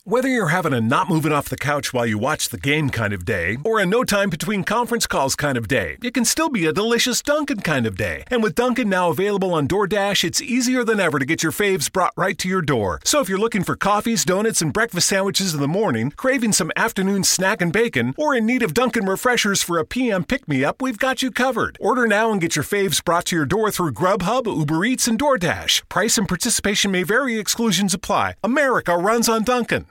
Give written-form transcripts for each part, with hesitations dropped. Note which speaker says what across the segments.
Speaker 1: Whether you're having a not moving off the couch while you watch the game kind of day, or a no time between conference calls kind of day, it can still be a delicious Dunkin' kind of day. And with Dunkin' now available on DoorDash, it's easier than ever to get your faves brought right to your door. So if you're looking for coffees, donuts, and breakfast sandwiches in the morning, craving some afternoon snack and bacon, or in need of Dunkin' refreshers for a PM pick-me-up, we've got you covered. Order now and get your faves brought to your door through Grubhub, Uber Eats, and DoorDash. Price and participation may vary. Exclusions apply. America runs on Dunkin'.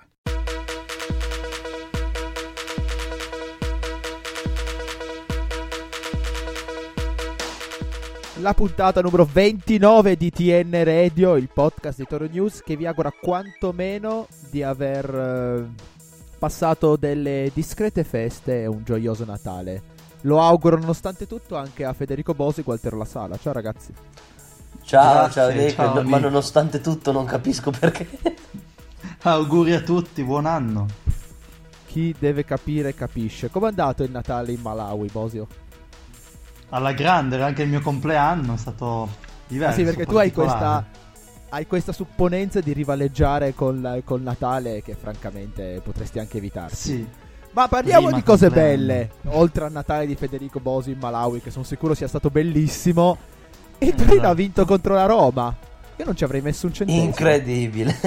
Speaker 2: La puntata numero 29 di TN Radio, il podcast di Toro News, che vi augura quantomeno di aver passato delle discrete feste e un gioioso Natale. Lo auguro nonostante tutto anche a Federico Bosi e Gualtero La Sala. Ciao ragazzi.
Speaker 3: Ciao Nico, ma nonostante tutto non capisco perché.
Speaker 4: Auguri a tutti, buon anno.
Speaker 2: Chi deve capire capisce. Com'è andato il Natale in Malawi, Bosio?
Speaker 4: Alla grande, era anche il mio compleanno, è stato diverso.
Speaker 2: Sì, perché tu hai questa supponenza di rivaleggiare col Natale che francamente potresti anche evitarti.
Speaker 4: Sì.
Speaker 2: Ma parliamo di cose belle. Oltre al Natale di Federico Bosi in Malawi, che sono sicuro sia stato bellissimo, il Torino ha vinto contro la Roma. Io non ci avrei messo un centesimo.
Speaker 3: Incredibile.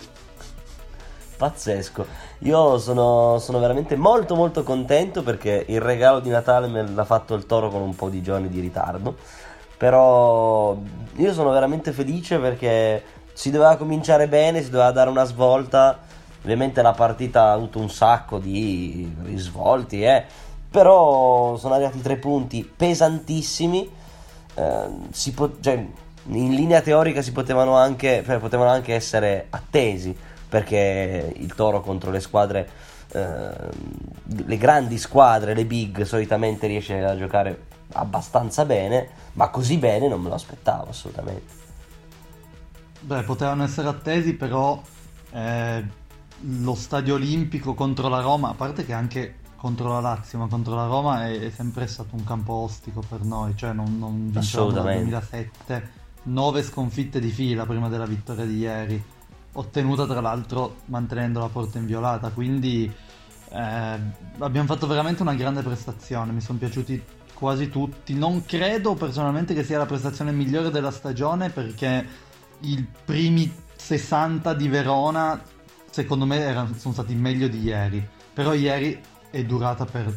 Speaker 3: Pazzesco. Io sono veramente molto molto contento perché il regalo di Natale me l'ha fatto il Toro con un po' di giorni di ritardo. Però io sono veramente felice perché si doveva cominciare bene, si doveva dare una svolta. Ovviamente la partita ha avuto un sacco di risvolti, però sono arrivati 3 punti pesantissimi. In linea teorica potevano anche essere attesi, perché il Toro contro le squadre, le grandi squadre, le big, solitamente riesce a giocare abbastanza bene, ma così bene non me lo aspettavo assolutamente.
Speaker 4: Beh, potevano essere attesi, però lo Stadio Olimpico contro la Roma, a parte che anche contro la Lazio, ma contro la Roma è sempre stato un campo ostico per noi, cioè non vincevamo dal 2007, 9 sconfitte di fila prima della vittoria di ieri, ottenuta tra l'altro mantenendo la porta inviolata, quindi abbiamo fatto veramente una grande prestazione, mi sono piaciuti quasi tutti. Non credo personalmente che sia la prestazione migliore della stagione, perché i primi 60 di Verona secondo me sono stati meglio di ieri, però ieri è durata per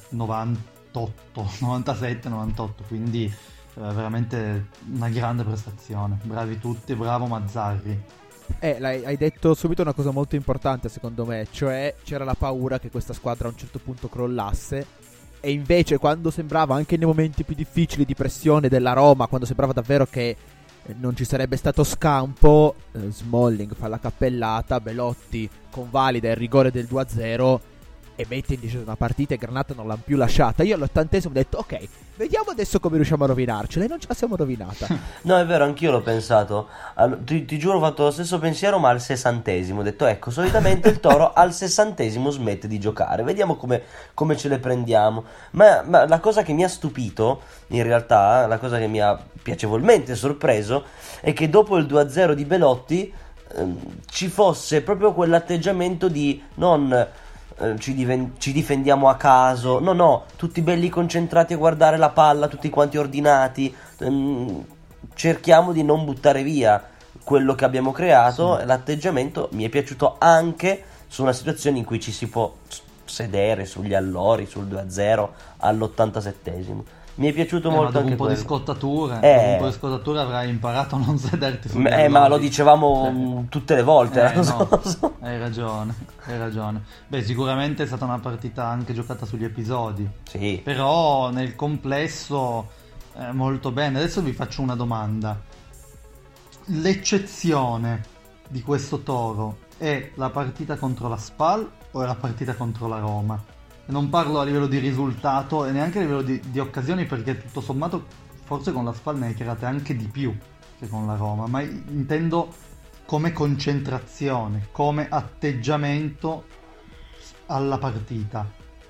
Speaker 4: 97-98, quindi veramente una grande prestazione. Bravi tutti, bravo Mazzarri.
Speaker 2: Hai detto subito una cosa molto importante secondo me, cioè c'era la paura che questa squadra a un certo punto crollasse, e invece quando sembrava, anche nei momenti più difficili di pressione della Roma, quando sembrava davvero che non ci sarebbe stato scampo, Smalling fa la cappellata, Belotti convalida il rigore del 2-0 e mette in discesa una partita, e Granata non l'ha più lasciata. Io all'80esimo ho detto ok, vediamo adesso come riusciamo a rovinarcela, e non ce la siamo rovinata.
Speaker 3: No, è vero, anch'io l'ho pensato. Ti giuro, ho fatto lo stesso pensiero, ma al 60esimo ho detto ecco, solitamente il Toro al 60esimo smette di giocare, vediamo come ce le prendiamo. Ma la cosa che mi ha stupito, in realtà, la cosa che mi ha piacevolmente sorpreso, è che dopo il 2-0 di Belotti ci fosse proprio quell'atteggiamento di non ci difendiamo a caso, no, tutti belli concentrati a guardare la palla, tutti quanti ordinati, cerchiamo di non buttare via quello che abbiamo creato. Sì. L'atteggiamento mi è piaciuto anche su una situazione in cui ci si può sedere sugli allori, sul 2-0 all'87esimo. Mi è piaciuto molto anche
Speaker 4: un po'
Speaker 3: quello.
Speaker 4: Dopo un po' di scottature avrai imparato a non sederti sugli allori.
Speaker 3: Ma lo dicevamo tutte le volte.
Speaker 4: No, hai ragione. Beh, sicuramente è stata una partita anche giocata sugli episodi.
Speaker 3: Sì.
Speaker 4: Però nel complesso molto bene. Adesso vi faccio una domanda. L'eccezione di questo Toro è la partita contro la Spal o è la partita contro la Roma? Non parlo a livello di risultato e neanche a livello di occasioni, perché tutto sommato forse con la Spal ne hai create anche di più che con la Roma, ma intendo come concentrazione, come atteggiamento alla partita.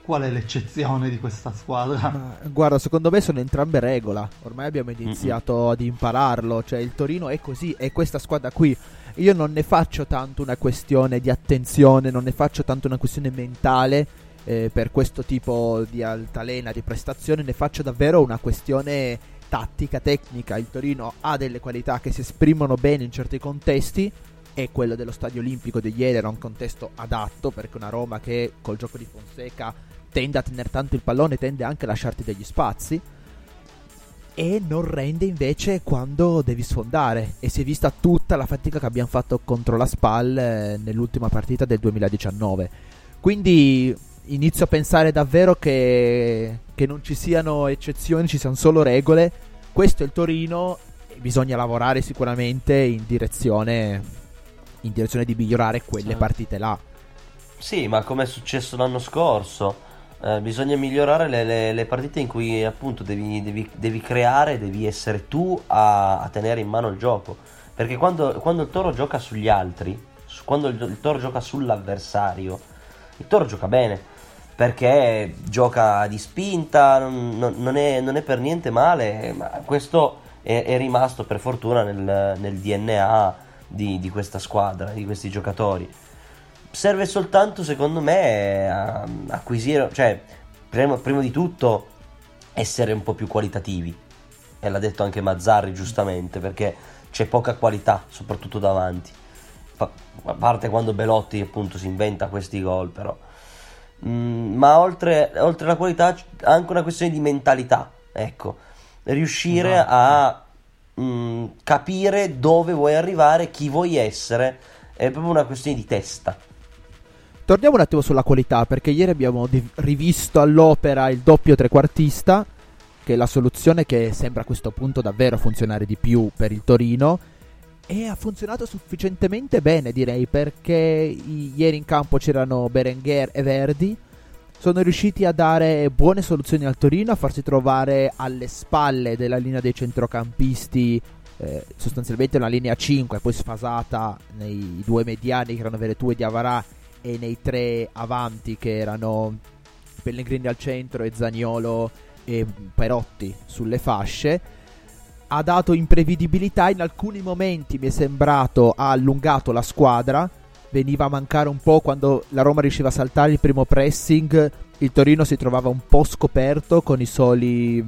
Speaker 4: qual è l'eccezione di questa squadra?
Speaker 2: Ma, guarda, secondo me sono entrambe regola. Ormai abbiamo iniziato ad impararlo. Cioè, il Torino è così, è questa squadra qui. Io non ne faccio tanto una questione di attenzione, non ne faccio tanto una questione mentale per questo tipo di altalena, di prestazione. Ne faccio davvero una questione tattica, tecnica. Il Torino ha delle qualità che si esprimono bene in certi contesti, e quello dello Stadio Olimpico di ieri era un contesto adatto, perché una Roma che col gioco di Fonseca tende a tenere tanto il pallone, tende anche a lasciarti degli spazi, e non rende invece quando devi sfondare, e si è vista tutta la fatica che abbiamo fatto contro la SPAL nell'ultima partita del 2019. Quindi inizio a pensare davvero che non ci siano eccezioni, ci siano solo regole. Questo è il Torino, e bisogna lavorare sicuramente in direzione di migliorare quelle partite là.
Speaker 3: Sì, ma come è successo l'anno scorso, bisogna migliorare le partite in cui appunto devi creare, devi essere tu a tenere in mano il gioco, perché quando il Toro gioca sugli altri, quando il Toro gioca sull'avversario, il Toro gioca bene, perché gioca di spinta, non è per niente male, ma questo è rimasto per fortuna nel DNA di questa squadra, di questi giocatori. Serve soltanto, secondo me, acquisire, cioè prima di tutto essere un po' più qualitativi, e l'ha detto anche Mazzarri giustamente, perché c'è poca qualità soprattutto davanti, a parte quando Belotti appunto si inventa questi gol, però ma oltre la qualità anche una questione di mentalità, ecco, riuscire a capire dove vuoi arrivare, chi vuoi essere, è proprio una questione di testa.
Speaker 2: Torniamo un attimo sulla qualità, perché ieri abbiamo rivisto all'opera il doppio trequartista, che è la soluzione che sembra a questo punto davvero funzionare di più per il Torino, e ha funzionato sufficientemente bene, direi, perché ieri in campo c'erano Berenguer e Verdi. Sono riusciti a dare buone soluzioni al Torino, a farsi trovare alle spalle della linea dei centrocampisti, sostanzialmente una linea 5, poi sfasata nei due mediani che erano Veretout e Diawara, e nei tre avanti che erano Pellegrini al centro e Zaniolo e Perotti sulle fasce. Ha dato imprevedibilità, in alcuni momenti mi è sembrato ha allungato la squadra, veniva a mancare un po' quando la Roma riusciva a saltare il primo pressing, il Torino si trovava un po' scoperto con i soli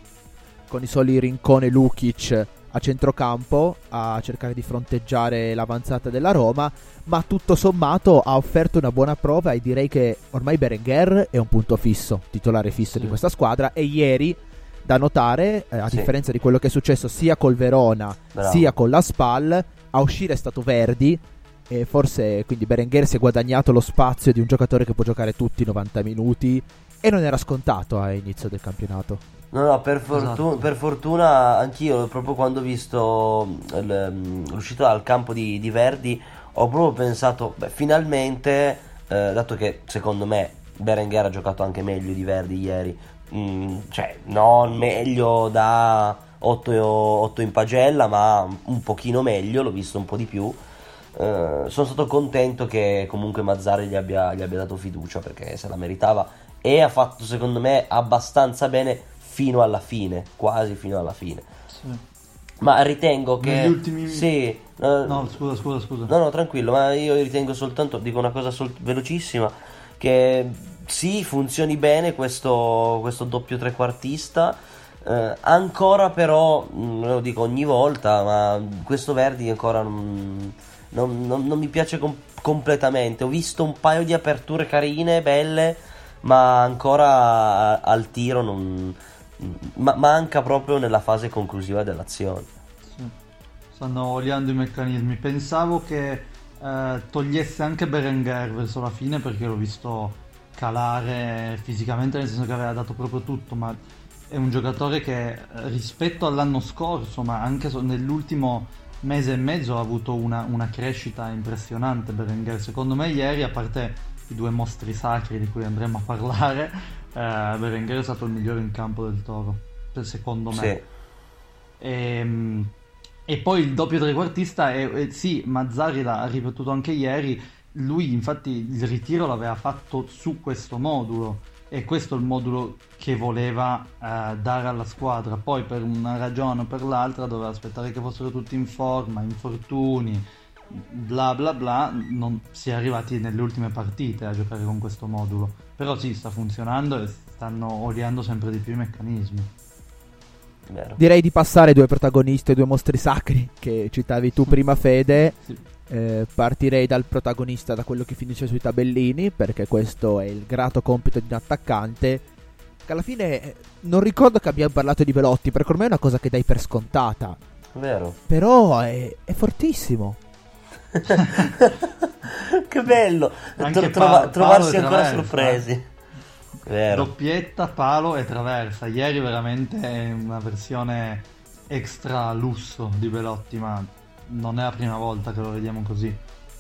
Speaker 2: Rincon e Lukic a centrocampo a cercare di fronteggiare l'avanzata della Roma, ma tutto sommato ha offerto una buona prova, e direi che ormai Berenguer è un punto fisso, titolare fisso di questa squadra, e ieri da notare, a differenza di quello che è successo sia col Verona sia con la SPAL, a uscire è stato Verdi, e forse quindi Berenguer si è guadagnato lo spazio di un giocatore che può giocare tutti i 90 minuti, e non era scontato a inizio del campionato.
Speaker 3: No, per fortuna anch'io, proprio quando ho visto l'uscita dal campo di Verdi, ho proprio pensato, finalmente, dato che secondo me Berenguer ha giocato anche meglio di Verdi ieri, cioè non meglio da 8 in pagella, ma un pochino meglio, l'ho visto un po' di più. Sono stato contento che comunque Mazzarri gli abbia dato fiducia, perché se la meritava, e ha fatto secondo me abbastanza bene fino alla fine, quasi fino alla fine. Ma ritengo che
Speaker 4: negli ultimi... no, scusa.
Speaker 3: No, tranquillo, ma io ritengo soltanto, dico una cosa velocissima, che sì, funzioni bene questo doppio trequartista, ancora però, lo dico ogni volta, ma questo Verdi ancora non mi piace completamente. Ho visto un paio di aperture carine, belle, ma ancora al tiro manca proprio nella fase conclusiva dell'azione.
Speaker 4: Sì. Stanno oliando i meccanismi. Pensavo che togliesse anche Berenguer verso la fine, perché l'ho visto calare fisicamente, nel senso che aveva dato proprio tutto, ma è un giocatore che rispetto all'anno scorso, ma anche nell'ultimo mese e mezzo, ha avuto una crescita impressionante Berenguer. Secondo me ieri, a parte i due mostri sacri di cui andremo a parlare, Berenguer è stato il migliore in campo del Toro, secondo me. Sì. E poi il doppio trequartista sì, Mazzarri l'ha ripetuto anche ieri. Lui infatti il ritiro l'aveva fatto su questo modulo, e questo è il modulo che voleva dare alla squadra. Poi per una ragione o per l'altra doveva aspettare che fossero tutti in forma, infortuni, bla bla bla, non si è arrivati nelle ultime partite a giocare con questo modulo. Però sì, sta funzionando e stanno oliando sempre di più i meccanismi.
Speaker 3: Vero.
Speaker 2: Direi di passare ai due protagonisti e due mostri sacri che citavi tu prima, Fede.
Speaker 4: Sì.
Speaker 2: Partirei dal protagonista, da quello che finisce sui tabellini, perché questo è il grato compito di un attaccante che alla fine non ricordo che abbiamo parlato di Belotti, perché ormai è una cosa che dai per scontata.
Speaker 3: Vero.
Speaker 2: Però è fortissimo.
Speaker 3: Che bello trovarsi ancora sorpresi. Vero.
Speaker 4: Doppietta, palo e traversa. Ieri veramente è una versione extra lusso di Belotti, ma non è la prima volta che lo vediamo così.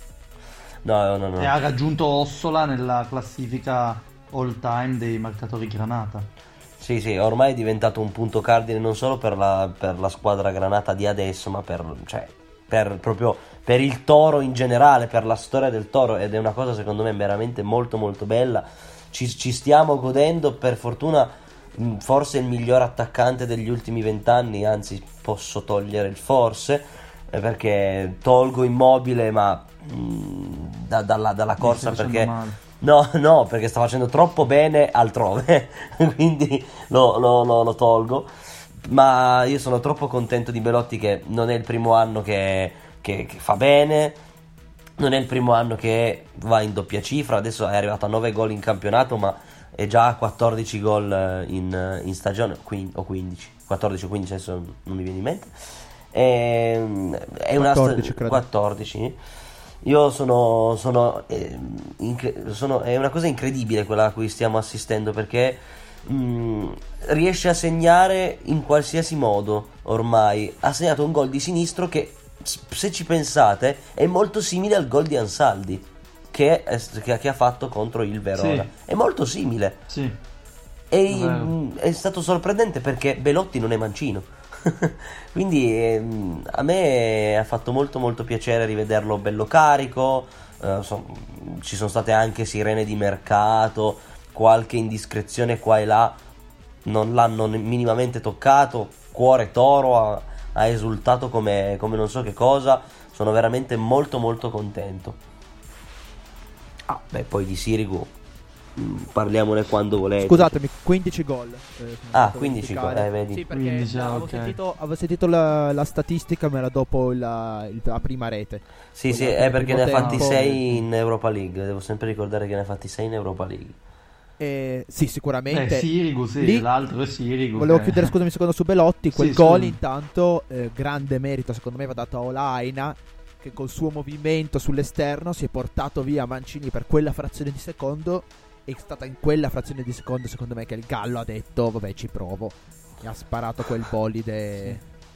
Speaker 3: No.
Speaker 4: E ha raggiunto Ossola nella classifica all time dei marcatori Granata.
Speaker 3: Sì, ormai è diventato un punto cardine non solo per la squadra Granata di adesso, ma proprio per il Toro in generale, per la storia del Toro, ed è una cosa secondo me veramente molto molto bella. Ci stiamo godendo, per fortuna, forse il miglior attaccante degli ultimi 20 anni, anzi posso togliere il forse, perché tolgo Immobile, ma dalla corsa, perché no, perché sta facendo troppo bene altrove quindi lo tolgo. Ma io sono troppo contento di Belotti, che non è il primo anno che fa bene, non è il primo anno che va in doppia cifra, adesso è arrivato a 9 gol in campionato, ma è già a 14 gol in stagione, o 15, 14 o 15, adesso non mi viene in mente. È
Speaker 2: 14, credo.
Speaker 3: 14. Io è una cosa incredibile quella a cui stiamo assistendo, perché riesce a segnare in qualsiasi modo. Ormai ha segnato un gol di sinistro che, se ci pensate, è molto simile al gol di Ansaldi che ha fatto contro il Verona. Sì. È molto simile.
Speaker 4: Sì.
Speaker 3: È stato sorprendente perché Belotti non è mancino. Quindi a me ha fatto molto molto piacere rivederlo bello carico. Ci sono state anche sirene di mercato, qualche indiscrezione qua e là, non l'hanno minimamente toccato. Cuore Toro ha esultato come non so che cosa. Sono veramente molto molto contento. Poi di Sirigu parliamone quando volete.
Speaker 2: Scusatemi, 15 gol.
Speaker 3: 15 gol, vedi.
Speaker 2: Sì, perché
Speaker 3: 15,
Speaker 2: avevo sentito la statistica, ma era dopo la prima rete.
Speaker 3: Sì, è perché ne ha fatti 6 in Europa League. Devo sempre ricordare che ne ha fatti 6 in Europa League.
Speaker 2: Sì, sicuramente.
Speaker 4: Sirigu, sì,
Speaker 2: lì,
Speaker 4: l'altro è Sirigu.
Speaker 2: Volevo chiudere, scusami un secondo, su Belotti. Quel gol intanto, grande merito secondo me va dato a Olaina, che col suo movimento sull'esterno si è portato via Mancini per quella frazione di secondo. È stata in quella frazione di secondo, secondo me, che il Gallo ha detto vabbè, ci provo, e ha sparato quel bolide.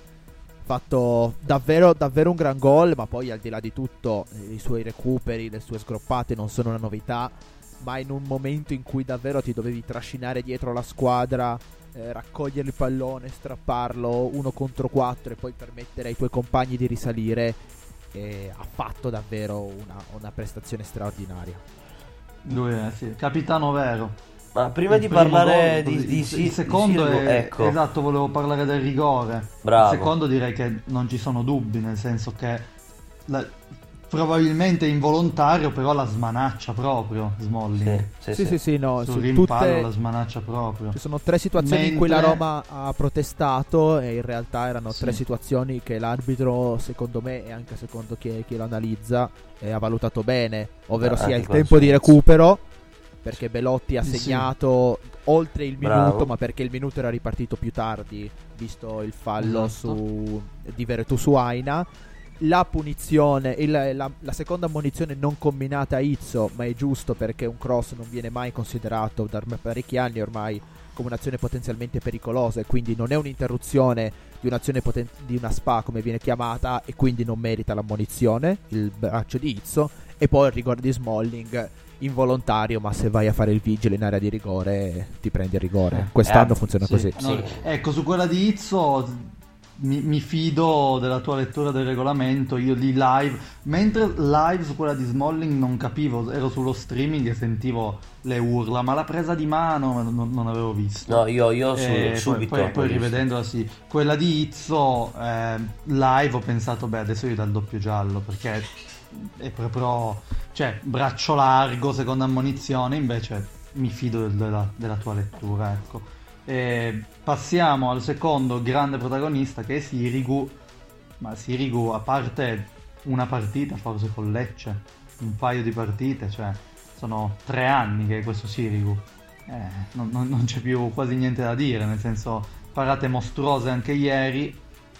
Speaker 2: Fatto davvero davvero un gran gol. Ma poi, al di là di tutto, i suoi recuperi, le sue sgroppate non sono una novità, ma in un momento in cui davvero ti dovevi trascinare dietro la squadra, raccogliere il pallone, strapparlo 1 contro 4 e poi permettere ai tuoi compagni di risalire, ha fatto davvero una prestazione straordinaria.
Speaker 4: Lui è capitano vero.
Speaker 3: Ma prima di parlare di
Speaker 4: il secondo
Speaker 3: Sirigu, ecco.
Speaker 4: Esatto, volevo parlare del rigore.
Speaker 3: Bravo.
Speaker 4: Il secondo direi che non ci sono dubbi, nel senso che probabilmente involontario, però la smanaccia proprio Smalling.
Speaker 2: Sì, no,
Speaker 4: sul rimpallo la smanaccia proprio.
Speaker 2: Ci sono 3 situazioni in cui la Roma ha protestato, e in realtà erano 3 situazioni che l'arbitro, secondo me, e anche secondo chi lo analizza, ha valutato bene, ovvero sia il tempo di recupero, perché Belotti ha segnato oltre il minuto, ma perché il minuto era ripartito più tardi, visto il fallo di Veretout su Aina. La punizione, la seconda ammonizione non combinata a Izzo, ma è giusto perché un cross non viene mai considerato da parecchi anni ormai come un'azione potenzialmente pericolosa, e quindi non è un'interruzione di un'azione di una SPA come viene chiamata, e quindi non merita l'ammonizione il braccio di Izzo. E poi il rigore di Smalling, involontario, ma se vai a fare il vigile in area di rigore ti prendi il rigore. Quest'anno funziona così.
Speaker 4: Ecco, su quella di Izzo mi fido della tua lettura del regolamento, io lì live, mentre live su quella di Smalling non capivo, ero sullo streaming e sentivo le urla, ma la presa di mano non avevo visto.
Speaker 3: No, io subito.
Speaker 4: Poi rivedendola, sì. Quella di Izzo live ho pensato, beh, adesso gli dà il doppio giallo, perché è proprio, cioè, braccio largo, seconda ammonizione, invece mi fido della tua lettura, ecco. Passiamo al secondo grande protagonista, che è Sirigu. Ma Sirigu, a parte una partita forse con Lecce, un paio di partite, cioè sono 3 anni che è questo Sirigu, non c'è più quasi niente da dire, nel senso, parate mostruose anche ieri,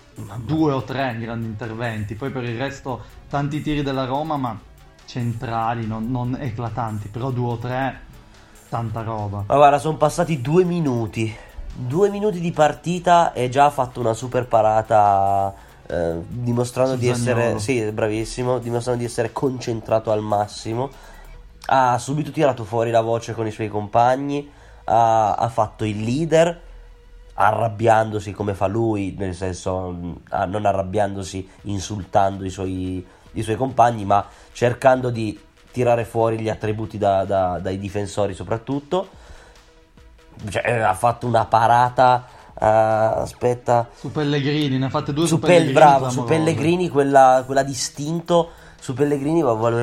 Speaker 4: 2 o 3 grandi interventi, poi per il resto tanti tiri della Roma, ma centrali, non eclatanti, però 2 o 3, tanta roba.
Speaker 3: Ma guarda, sono passati 2 minuti. 2 minuti di partita e già ha fatto una super parata, dimostrando di essere, sì, bravissimo, dimostrando di essere concentrato al massimo. Ha subito tirato fuori la voce con i suoi compagni, ha fatto il leader, arrabbiandosi come fa lui, nel senso, non arrabbiandosi insultando i suoi compagni, ma cercando di tirare fuori gli attributi dai difensori soprattutto. Cioè, ha fatto una parata, aspetta,
Speaker 4: su Pellegrini, ne ha fatte 2
Speaker 3: su
Speaker 4: su Pellegrini,
Speaker 3: bravo, su Pellegrini, quella distinto su Pellegrini.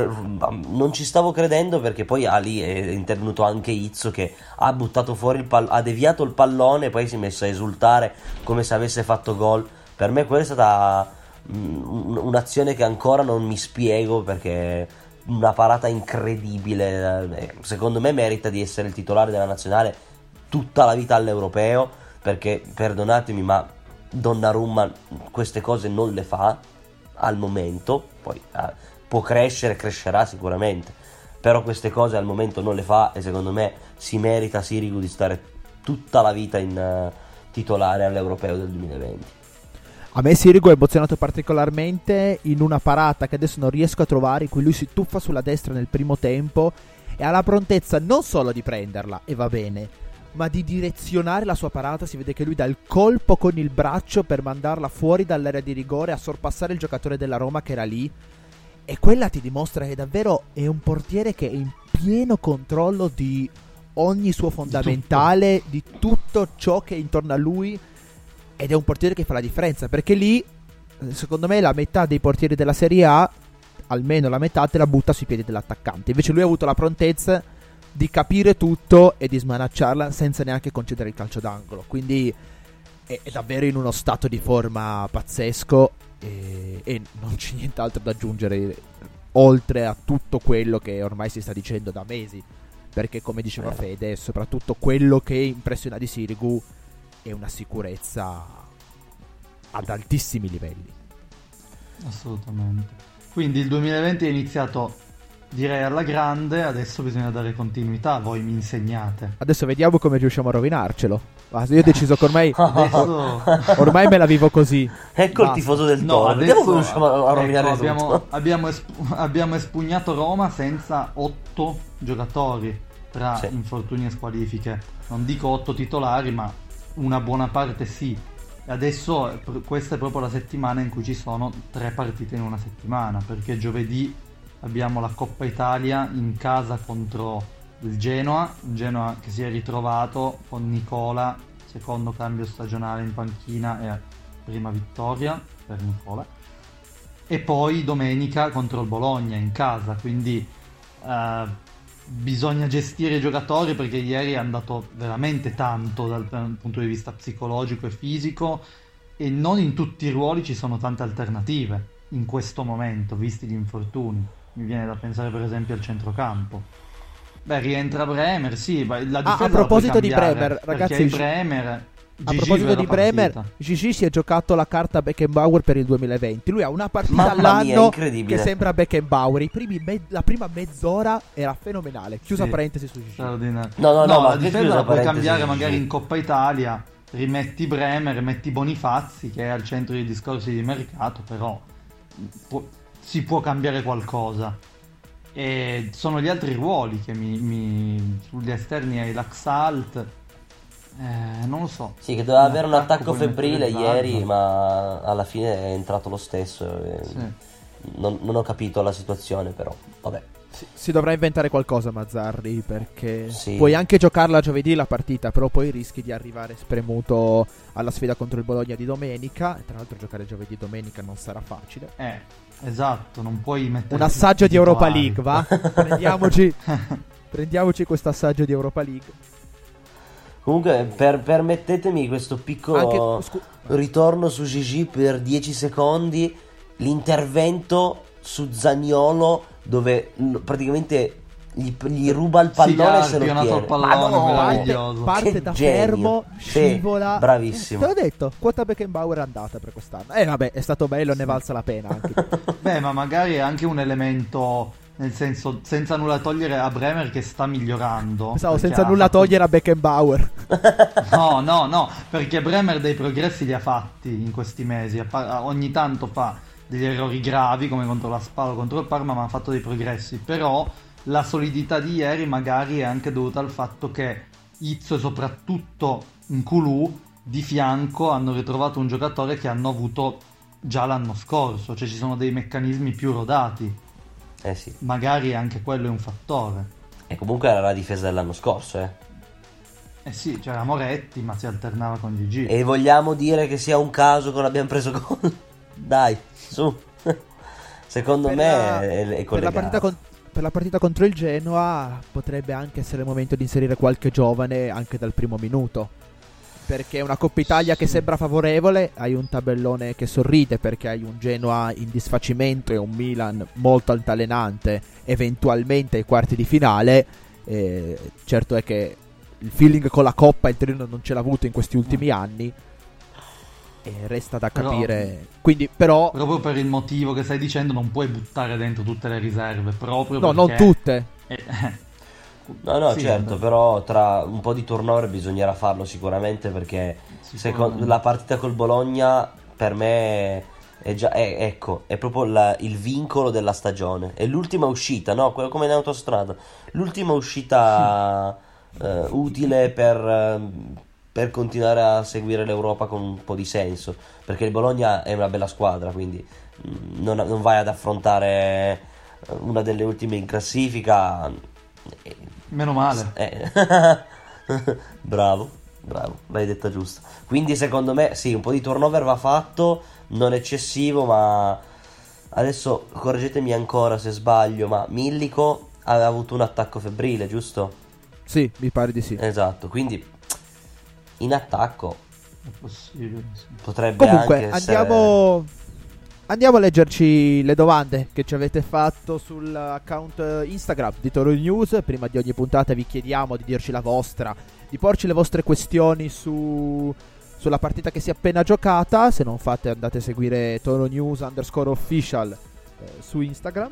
Speaker 3: Non ci stavo credendo, perché poi lì è intervenuto anche Izzo, che ha buttato fuori ha deviato il pallone e poi si è messo a esultare come se avesse fatto gol. Per me quella è stata un'azione che ancora non mi spiego, perché una parata incredibile. Secondo me merita di essere il titolare della nazionale tutta la vita all'europeo, perché, perdonatemi, ma Donnarumma queste cose non le fa al momento. Poi può crescerà sicuramente, però queste cose al momento non le fa, e secondo me si merita Sirigu di stare tutta la vita in titolare all'europeo del 2020.
Speaker 2: A me Sirigu è emozionato particolarmente in una parata che adesso non riesco a trovare, in cui lui si tuffa sulla destra nel primo tempo e ha la prontezza non solo di prenderla, e va bene, ma di direzionare la sua parata. Si vede che lui dà il colpo con il braccio per mandarla fuori dall'area di rigore, a sorpassare il giocatore della Roma che era lì, e quella ti dimostra che davvero è un portiere che è in pieno controllo di ogni suo fondamentale, di tutto ciò che è intorno a lui, ed è un portiere che fa la differenza, perché lì, secondo me, la metà dei portieri della Serie A, almeno la metà, te la butta sui piedi dell'attaccante. Invece lui ha avuto la prontezza di capire tutto e di smanacciarla senza neanche concedere il calcio d'angolo. Quindi è davvero in uno stato di forma pazzesco, e non c'è nient'altro da aggiungere oltre a tutto quello che ormai si sta dicendo da mesi, perché, come diceva Fede, soprattutto quello che impressiona di Sirigu è una sicurezza ad altissimi livelli.
Speaker 4: Assolutamente. Quindi il 2020 è iniziato, direi, alla grande. Adesso bisogna dare continuità, voi mi insegnate.
Speaker 2: Adesso vediamo come riusciamo a rovinarcelo. Io ho deciso che ormai
Speaker 4: Adesso...
Speaker 2: ormai me la vivo così.
Speaker 3: Ecco il tifoso del Toro.
Speaker 4: No,
Speaker 3: Vediamo
Speaker 4: adesso,
Speaker 3: come riusciamo a rovinare tutto.
Speaker 4: abbiamo espugnato Roma senza 8 giocatori tra
Speaker 3: Sì.
Speaker 4: infortuni e squalifiche. Non dico 8 titolari, ma una buona parte sì. E adesso questa è proprio la settimana in cui ci sono 3 partite in una settimana, perché giovedì abbiamo la Coppa Italia in casa contro il Genoa che si è ritrovato con Nicola, secondo cambio stagionale in panchina e prima vittoria per Nicola, e poi domenica contro il Bologna in casa. Quindi bisogna gestire i giocatori, perché ieri è andato veramente tanto dal punto di vista psicologico e fisico, e non in tutti i ruoli ci sono tante alternative in questo momento, visti gli infortuni. Mi viene da pensare per esempio al centrocampo. Beh, rientra Bremer, sì, la difesa
Speaker 2: A proposito di
Speaker 4: cambiare,
Speaker 2: Bremer, ragazzi,
Speaker 4: perché Bremer,
Speaker 2: a proposito di Bremer, Gigi si è giocato la carta Beckenbauer per il 2020. Lui ha una partita all'anno che sembra Beckenbauer. La prima mezz'ora era fenomenale. Chiusa parentesi su Gigi.
Speaker 3: No,
Speaker 4: la difesa la puoi cambiare magari in Coppa Italia. Rimetti Bremer, metti Bonifazzi, che è al centro dei discorsi di mercato, però si può cambiare qualcosa. E sono gli altri ruoli che sugli esterni hai l'Axalt, Non lo so.
Speaker 3: Sì, che doveva avere un attacco
Speaker 4: puoi
Speaker 3: febbrile
Speaker 4: mettere
Speaker 3: ieri,
Speaker 4: Zaza.
Speaker 3: ma alla fine è entrato lo stesso.
Speaker 4: Sì.
Speaker 3: Non ho capito la situazione, però vabbè.
Speaker 2: Si dovrà inventare qualcosa Mazzarri, perché
Speaker 3: Sì.
Speaker 2: puoi anche giocarla giovedì la partita, però poi rischi di arrivare spremuto alla sfida contro il Bologna di domenica, e tra l'altro giocare giovedì e domenica non sarà facile.
Speaker 4: Esatto, non puoi mettere
Speaker 2: Un assaggio di Europa
Speaker 4: titolari.
Speaker 2: League, va? Prendiamoci questo assaggio di Europa League.
Speaker 3: Comunque, permettetemi questo piccolo ritorno su Gigi per 10 secondi. L'intervento su Zaniolo, dove praticamente gli ruba il pallone e se lo
Speaker 4: spionato
Speaker 3: tiene.
Speaker 4: il pallone,
Speaker 3: Ma no,
Speaker 4: meraviglioso.
Speaker 2: Parte
Speaker 3: che
Speaker 2: da
Speaker 3: genio.
Speaker 2: fermo,
Speaker 3: Sì,
Speaker 2: scivola.
Speaker 3: bravissimo.
Speaker 2: Te l'ho detto, quota Beckenbauer è andata per quest'anno. Vabbè, è stato bello, ne valsa la pena anche.
Speaker 4: Beh, ma magari è anche un elemento, nel senso, senza nulla togliere a Bremer che sta migliorando.
Speaker 2: Pensavo
Speaker 4: perché
Speaker 2: senza
Speaker 4: ha
Speaker 2: nulla
Speaker 4: fatto-
Speaker 2: togliere a Beckenbauer.
Speaker 4: No, perché Bremer dei progressi li ha fatti in questi mesi. Ogni tanto fa degli errori gravi come contro la Spal o contro il Parma, ma ha fatto dei progressi. Però la solidità di ieri magari è anche dovuta al fatto che Izzo e soprattutto Nkulù di fianco hanno ritrovato un giocatore che hanno avuto già l'anno scorso, cioè ci sono dei meccanismi più rodati.
Speaker 3: Sì.
Speaker 4: Magari anche quello è un fattore.
Speaker 3: E comunque era la difesa dell'anno scorso,
Speaker 4: Sì, c'era Moretti, ma si alternava con Gigi.
Speaker 3: E vogliamo dire che sia un caso che non abbiamo preso gol? Dai, su. Secondo
Speaker 2: Per
Speaker 3: me
Speaker 2: la-
Speaker 3: è
Speaker 2: per la
Speaker 3: collegato.
Speaker 2: partita per la partita contro il Genoa potrebbe anche essere il momento di inserire qualche giovane anche dal primo minuto, perché è una Coppa Italia che sembra favorevole, hai un tabellone che sorride perché hai un Genoa in disfacimento e un Milan molto altalenante eventualmente ai quarti di finale. Certo è che il feeling con la Coppa il Torino non ce l'ha avuto in questi ultimi anni, e resta da capire. Quindi però
Speaker 4: Proprio per il motivo che stai dicendo non puoi buttare dentro tutte le riserve, proprio
Speaker 2: no,
Speaker 4: perché...
Speaker 2: non tutte.
Speaker 3: No,
Speaker 4: Sì,
Speaker 3: certo,
Speaker 4: vabbè.
Speaker 3: però tra un po' di turnover bisognerà farlo sicuramente, perché
Speaker 4: Sicuramente.
Speaker 3: la partita col Bologna per me è già ecco, è proprio il vincolo della stagione. È l'ultima uscita, no? Quello come in autostrada. L'ultima uscita utile per continuare a seguire l'Europa con un po' di senso, perché il Bologna è una bella squadra, quindi non vai ad affrontare una delle ultime in classifica.
Speaker 4: Meno male.
Speaker 3: Bravo, l'hai detta giusta. Quindi secondo me sì, un po' di turnover va fatto, non eccessivo, ma adesso correggetemi ancora se sbaglio, ma Millico aveva avuto un attacco febbrile, giusto?
Speaker 2: Sì, mi pare di sì.
Speaker 3: Esatto, quindi in attacco
Speaker 4: È possibile, sì.
Speaker 3: potrebbe
Speaker 2: Comunque,
Speaker 3: anche essere...
Speaker 2: andiamo a leggerci le domande che ci avete fatto sull'account Instagram di Toro News. Prima di ogni puntata vi chiediamo di dirci la vostra, di porci le vostre questioni sulla partita che si è appena giocata. Se non fate, andate a seguire Toro News _official su Instagram.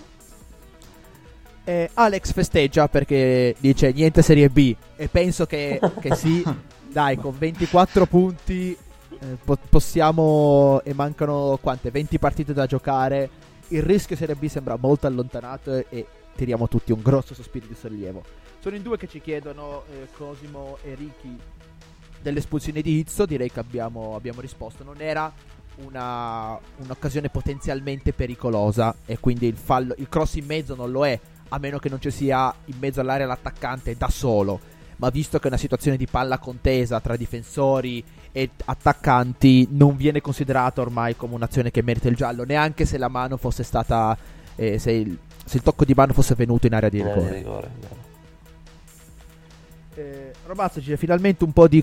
Speaker 2: Alex festeggia perché dice niente Serie B, e penso che sì. Dai, con 24 punti possiamo, e mancano quante? 20 partite da giocare. Il rischio Serie B sembra molto allontanato e tiriamo tutti un grosso sospiro di sollievo. Sono in due che ci chiedono, Cosimo e Ricky, dell'espulsione di Izzo. Direi che abbiamo risposto. Non era un'occasione potenzialmente pericolosa, e quindi il cross in mezzo non lo è, a meno che non ci sia in mezzo all'area l'attaccante da solo. Ma visto che è una situazione di palla contesa tra difensori e attaccanti, non viene considerata ormai come un'azione che merita il giallo, neanche se la mano fosse stata se il tocco di mano fosse venuto in area di rigore. Romazzo c'è finalmente un po' di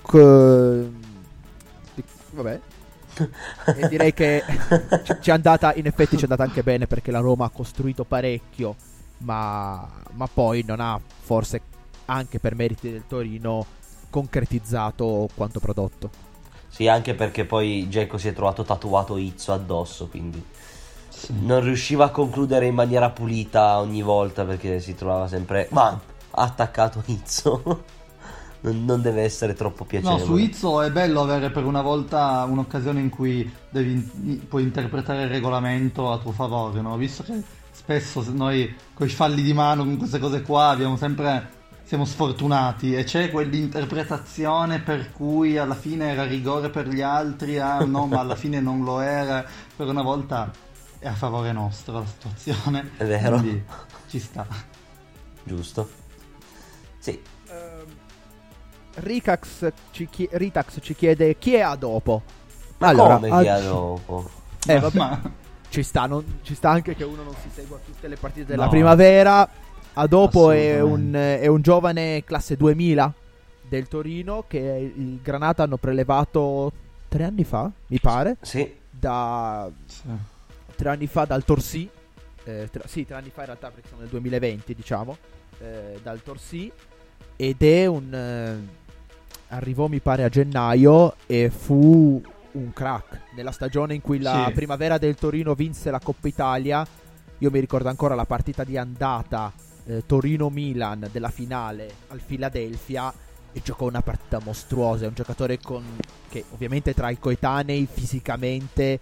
Speaker 2: vabbè. E direi che ci è andata, in effetti ci è andata anche bene, perché la Roma ha costruito parecchio, ma poi non ha, forse anche per meriti del Torino, concretizzato quanto prodotto.
Speaker 3: Sì, anche perché poi Dzeko si è trovato tatuato Izzo addosso, quindi non riusciva a concludere in maniera pulita ogni volta, perché si trovava sempre attaccato Izzo. Non deve essere troppo piacevole.
Speaker 4: No, su Izzo è bello avere per una volta un'occasione in cui puoi interpretare il regolamento a tuo favore, no? Visto che spesso noi con i falli di mano, con queste cose qua, abbiamo sempre siamo sfortunati e c'è quell'interpretazione per cui alla fine era rigore per gli altri, ah no, ma alla fine non lo era, per una volta è a favore nostro la situazione.
Speaker 3: È vero.
Speaker 4: Quindi ci sta.
Speaker 3: Giusto. Sì.
Speaker 2: Ritax ci chiede chi è a dopo.
Speaker 3: Ma
Speaker 2: allora,
Speaker 3: come chi ha dopo?
Speaker 2: Vabbè,
Speaker 4: Ma-
Speaker 2: ci sta anche che uno non si segua tutte le partite della primavera. A dopo è un giovane classe 2000 del Torino che il Granata hanno prelevato 3 anni fa, mi pare.
Speaker 3: Sì.
Speaker 2: 3 anni fa dal Torsì. 3 anni fa in realtà, perché siamo nel 2020, diciamo. Dal Torsì. Ed è arrivò mi pare a gennaio e fu un crack nella stagione in cui la primavera del Torino vinse la Coppa Italia. Io mi ricordo ancora la partita di andata Torino-Milan della finale al Philadelphia, e giocò una partita mostruosa. È un giocatore che ovviamente tra i coetanei fisicamente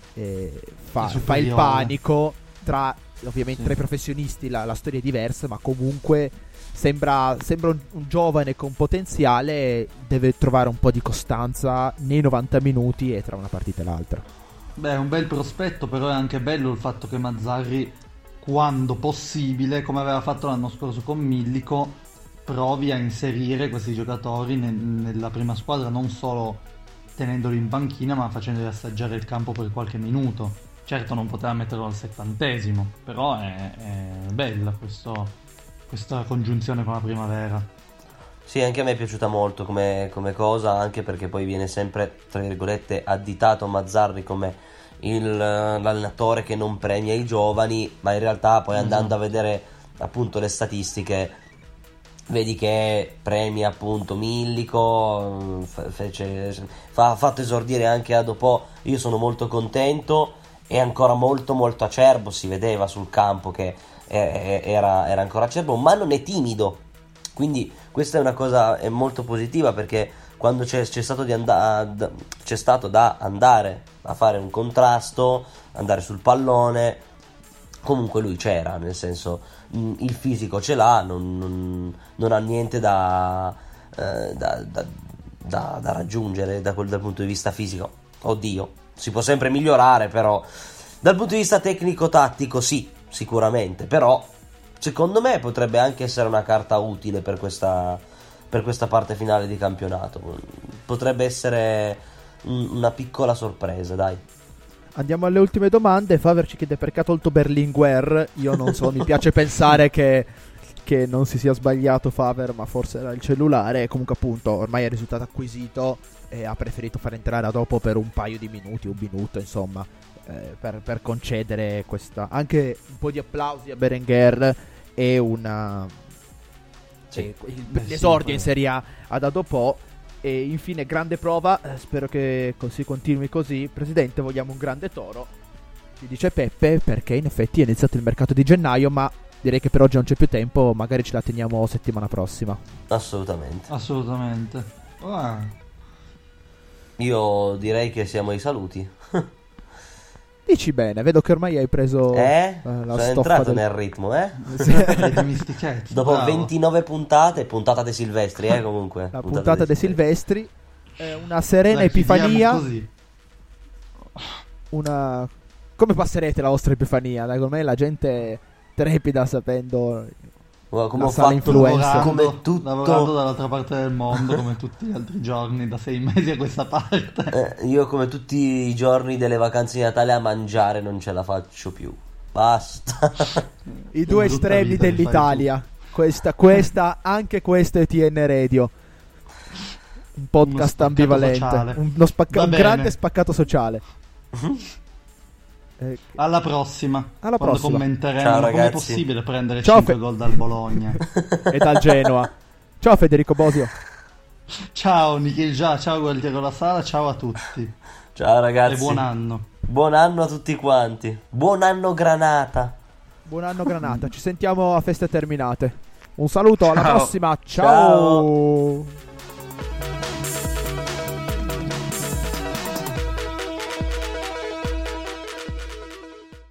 Speaker 2: fa il panico. Ovviamente tra i professionisti la storia è diversa, ma comunque sembra un giovane con potenziale. Deve trovare un po' di costanza nei 90 minuti e tra una partita e l'altra.
Speaker 4: Beh, è un bel prospetto, però è anche bello il fatto che Mazzarri, quando possibile, come aveva fatto l'anno scorso con Millico, provi a inserire questi giocatori nella prima squadra, non solo tenendoli in panchina, ma facendoli assaggiare il campo per qualche minuto. Certo non poteva metterlo al 70°, però è bella questa congiunzione con la primavera.
Speaker 3: Sì, anche a me è piaciuta molto come cosa, anche perché poi viene sempre, tra virgolette, additato Mazzarri come l'allenatore che non premia i giovani, ma in realtà poi andando a vedere appunto le statistiche vedi che premia appunto Millico, ha fatto esordire anche a dopo. Io sono molto contento, è ancora molto molto acerbo, si vedeva sul campo che era ancora acerbo, ma non è timido, quindi questa è una cosa molto positiva, perché quando c'è stato da andare a fare un contrasto, andare sul pallone, comunque lui c'era, nel senso, il fisico ce l'ha, non ha niente da raggiungere dal punto di vista fisico. Oddio, si può sempre migliorare, però dal punto di vista tecnico-tattico sì, sicuramente, però secondo me potrebbe anche essere una carta utile per questa parte finale di campionato. Potrebbe essere una piccola sorpresa, dai.
Speaker 2: Andiamo alle ultime domande. Faver ci chiede perché ha tolto Berlinguer. Io non so, mi piace pensare che non si sia sbagliato Faver, ma forse era il cellulare. Comunque appunto ormai è risultato acquisito e ha preferito far entrare a dopo per un paio di minuti, un minuto insomma, per concedere questa, anche un po' di applausi a Berenguer e l'esordio in Serie A ad Adopò. E infine grande prova, spero che si continui così. Presidente, vogliamo un grande toro, ci dice Peppe, perché in effetti è iniziato il mercato di gennaio, ma direi che per oggi non c'è più tempo, magari ce la teniamo settimana prossima.
Speaker 3: Assolutamente.
Speaker 4: Ah.
Speaker 3: Io direi che siamo ai saluti.
Speaker 2: Dici bene, vedo che ormai hai preso la
Speaker 3: sono
Speaker 2: stoffa
Speaker 3: entrato nel ritmo, dopo 29 puntata dei Silvestri, comunque
Speaker 2: la puntata dei Silvestri, una serena epifania. Così. Come passerete la vostra epifania? Dai, con me la gente trepida sapendo
Speaker 3: come ho fatto
Speaker 4: lavorando dall'altra parte del mondo come tutti gli altri giorni da 6 mesi a questa parte.
Speaker 3: Io come tutti i giorni delle vacanze di Natale a mangiare non ce la faccio più, basta.
Speaker 2: I due estremi dell'Italia, questa anche questo è TN Radio, un podcast ambivalente, un grande spaccato sociale.
Speaker 4: Alla prossima. Quando commenteremo.
Speaker 3: Ciao,
Speaker 4: come è possibile prendere 5 gol dal Bologna
Speaker 2: e dal Genoa. Ciao Federico Bosio.
Speaker 4: Ciao Nikhil Già, ciao Gualtiero La Sala, ciao a tutti.
Speaker 3: Ciao ragazzi.
Speaker 4: E buon anno.
Speaker 3: Buon anno a tutti quanti. Buon anno Granata.
Speaker 2: Buon anno Granata. Ci sentiamo a feste terminate. Un saluto, alla prossima. Ciao.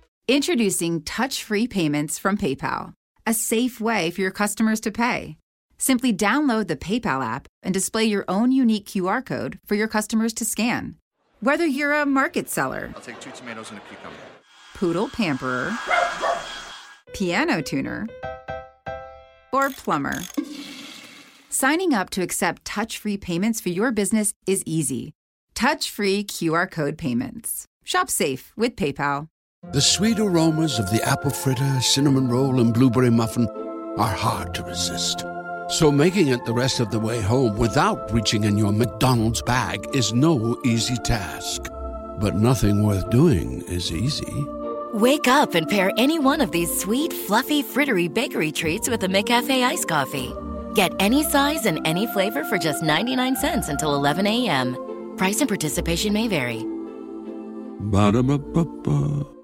Speaker 5: Introducing touch-free payments from PayPal, a safe way for your customers to pay. Simply download the PayPal app and display your own unique QR code for your customers to scan. Whether you're a market seller,
Speaker 6: I'll take 2 tomatoes and a cucumber,
Speaker 5: poodle pamperer, piano tuner, or plumber, signing up to accept touch-free payments for your business is easy. Touch-free QR code payments. Shop safe with PayPal.
Speaker 7: The sweet aromas of the apple fritter, cinnamon roll, and blueberry muffin are hard to resist. So making it the rest of the way home without reaching in your McDonald's bag is no easy task. But nothing worth doing is easy.
Speaker 8: Wake up and pair any one of these sweet, fluffy, frittery bakery treats with a McCafe iced coffee. Get any size and any flavor for just 99 cents until 11 a.m. Price and participation may vary.
Speaker 7: Ba-da-ba-ba-ba.